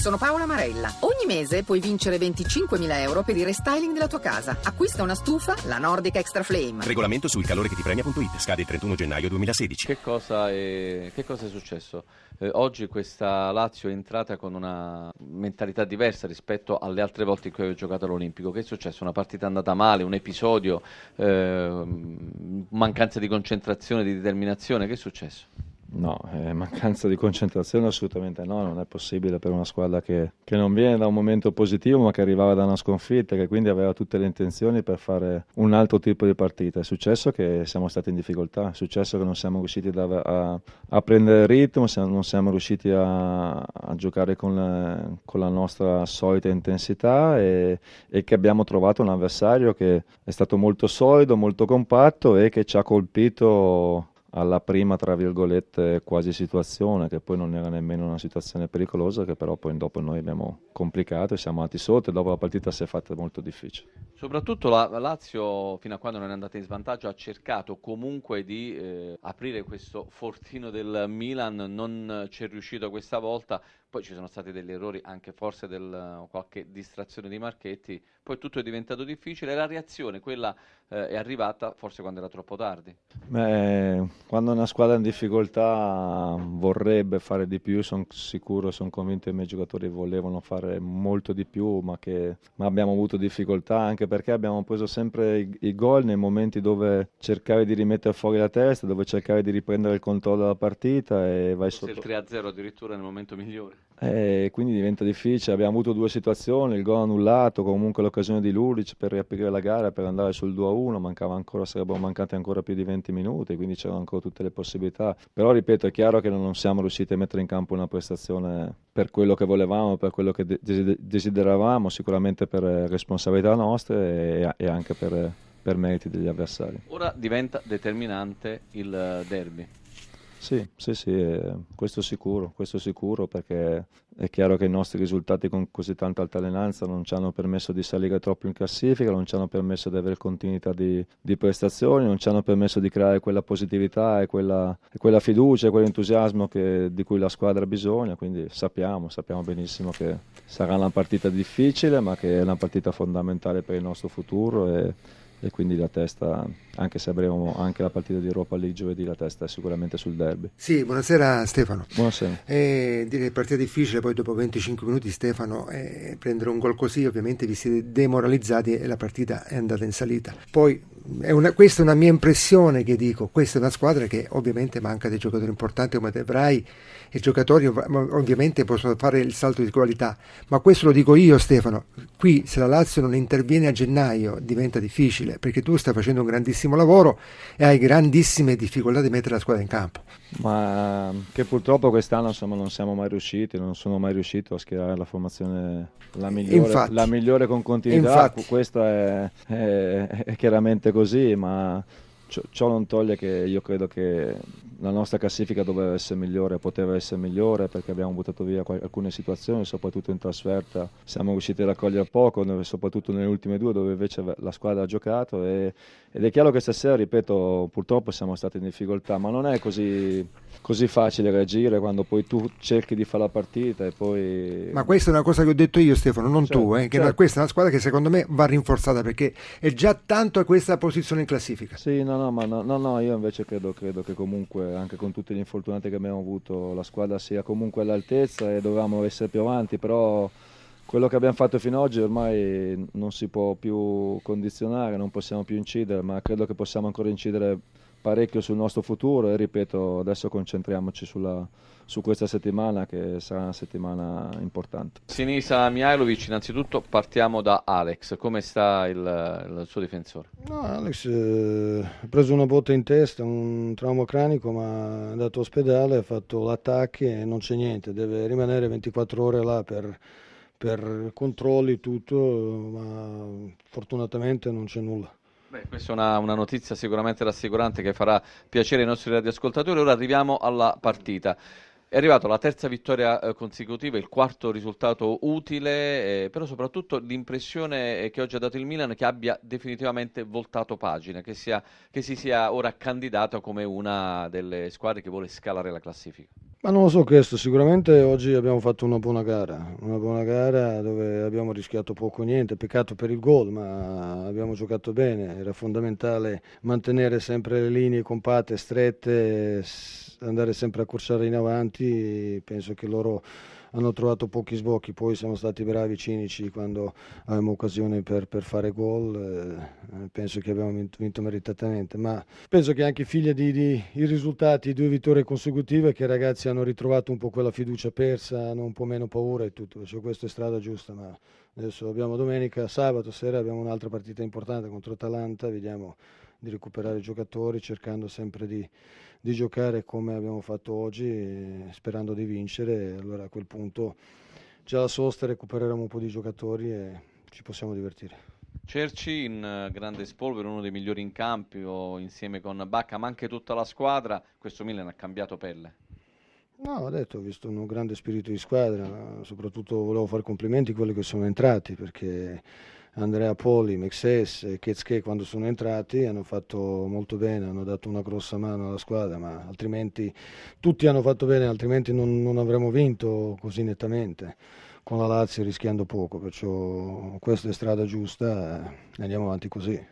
Sono Paola Marella. Ogni mese puoi vincere 25.000 euro per il restyling della tua casa. Acquista una stufa, la Nordic Extra Flame. Regolamento sul calore che ti premia.it. Scade il 31 gennaio 2016. Che cosa è successo? Oggi questa Lazio è entrata con una mentalità diversa rispetto alle altre volte in cui aveva giocato all'Olimpico. Che è successo? Una partita andata male, un episodio, mancanza di concentrazione, di determinazione? Che è successo? No, mancanza di concentrazione assolutamente no, non è possibile per una squadra che non viene da un momento positivo ma che arrivava da una sconfitta, che quindi aveva tutte le intenzioni per fare un altro tipo di partita. È successo che siamo stati in difficoltà, è successo che non siamo riusciti a prendere il ritmo, non siamo riusciti a giocare con la nostra solita intensità e che abbiamo trovato un avversario che è stato molto solido, molto compatto e che ci ha colpito alla prima, tra virgolette, quasi situazione, che poi non era nemmeno una situazione pericolosa, che però poi dopo noi abbiamo complicato e siamo andati sotto e dopo la partita si è fatta molto difficile. Soprattutto la Lazio, fino a quando non è andata in svantaggio, ha cercato comunque di aprire questo fortino del Milan, non ci è riuscito questa volta, poi ci sono stati degli errori, anche forse qualche distrazione di Marchetti, poi tutto è diventato difficile, la reazione, quella è arrivata forse quando era troppo tardi. Quando una squadra in difficoltà vorrebbe fare di più, sono sicuro, sono convinto che i miei giocatori volevano fare molto di più, ma abbiamo avuto difficoltà anche perché abbiamo preso sempre i gol nei momenti dove cercavi di rimettere fuori la testa, dove cercavi di riprendere il controllo della partita e vai sotto. Il 3-0 addirittura nel momento migliore. Quindi diventa difficile, abbiamo avuto due situazioni, il gol annullato, comunque l'occasione di Lulic per riaprire la gara, per andare sul 2-1, sarebbero mancati ancora più di 20 minuti, quindi c'erano ancora tutte le possibilità, però ripeto è chiaro che non siamo riusciti a mettere in campo una prestazione per quello che volevamo, per quello che desideravamo, sicuramente per responsabilità nostre e anche per meriti degli avversari. Ora diventa determinante il derby. Sì, questo sicuro, perché è chiaro che i nostri risultati con così tanta altalenanza non ci hanno permesso di salire troppo in classifica, non ci hanno permesso di avere continuità di prestazioni, non ci hanno permesso di creare quella positività e quella fiducia e quell'entusiasmo di cui la squadra ha bisogno, quindi sappiamo benissimo che sarà una partita difficile ma che è una partita fondamentale per il nostro futuro e quindi la testa, anche se avremo anche la partita di Europa League giovedì, la testa è sicuramente sul derby. Sì, buonasera Stefano. Buonasera. Direi partita difficile, poi dopo 25 minuti Stefano, prendere un gol così ovviamente vi siete demoralizzati e la partita è andata in salita. Poi questa è una mia impressione che dico, questa è una squadra che ovviamente manca dei giocatori importanti come De Vrij, i giocatori ovviamente possono fare il salto di qualità, ma questo lo dico io Stefano, qui se la Lazio non interviene a gennaio diventa difficile perché tu stai facendo un grandissimo lavoro e hai grandissime difficoltà di mettere la squadra in campo. Ma che purtroppo quest'anno insomma non sono mai riuscito a schierare la formazione la migliore con continuità. Questa è chiaramente così, ma ciò non toglie che io credo che la nostra classifica poteva essere migliore perché abbiamo buttato via alcune situazioni, soprattutto in trasferta siamo riusciti a raccogliere poco, soprattutto nelle ultime due dove invece la squadra ha giocato ed è chiaro che stasera, ripeto, purtroppo siamo stati in difficoltà, ma non è così facile reagire quando poi tu cerchi di fare la partita e poi... Ma questa è una cosa che ho detto io Stefano, non tu, che certo. Questa è una squadra che secondo me va rinforzata perché è già tanto a questa posizione in classifica. Sì, no, io invece credo che comunque anche con tutti gli infortunati che abbiamo avuto la squadra sia comunque all'altezza e dovevamo essere più avanti, però quello che abbiamo fatto fino ad oggi ormai non si può più condizionare, non possiamo più incidere, ma credo che possiamo ancora incidere parecchio sul nostro futuro e ripeto, adesso concentriamoci su questa settimana che sarà una settimana importante. Sinisa Mihajlovic, innanzitutto partiamo da Alex, come sta il suo difensore? No, Alex ha preso una botta in testa, un trauma cranico, ma è andato all'ospedale, ha fatto l'attacco e non c'è niente, deve rimanere 24 ore là per controlli tutto, ma fortunatamente non c'è nulla. Questa è una notizia sicuramente rassicurante che farà piacere ai nostri radioascoltatori. Ora arriviamo alla partita. È arrivata la terza vittoria consecutiva, il quarto risultato utile, però soprattutto l'impressione che oggi ha dato il Milan che abbia definitivamente voltato pagina, che si sia ora candidato come una delle squadre che vuole scalare la classifica. Ma non lo so questo, sicuramente oggi abbiamo fatto una buona gara dove abbiamo rischiato poco o niente, peccato per il gol, ma abbiamo giocato bene, era fondamentale mantenere sempre le linee compatte, strette, andare sempre a accorciare in avanti, penso che loro hanno trovato pochi sbocchi, poi siamo stati bravi, cinici quando avevamo occasione per fare gol, penso che abbiamo vinto meritatamente, ma penso che anche figlia di i risultati, 2 vittorie consecutive, che i ragazzi hanno ritrovato un po' quella fiducia persa, hanno un po' meno paura e tutto, cioè, questa è strada giusta, ma adesso abbiamo sabato sera abbiamo un'altra partita importante contro Atalanta, vediamo di recuperare i giocatori cercando sempre di giocare come abbiamo fatto oggi, sperando di vincere. Allora a quel punto già la sosta recupereremo un po' di giocatori e ci possiamo divertire. Cerci in grande spolvero, uno dei migliori in campo insieme con Bacca, ma anche tutta la squadra. Questo Milan ha cambiato pelle. No, ho detto, ho visto un grande spirito di squadra, soprattutto volevo fare complimenti a quelli che sono entrati, perché Andrea Poli, Mexes e Ketske quando sono entrati hanno fatto molto bene, hanno dato una grossa mano alla squadra, ma altrimenti tutti hanno fatto bene, altrimenti non avremmo vinto così nettamente con la Lazio rischiando poco, perciò questa è strada giusta e andiamo avanti così.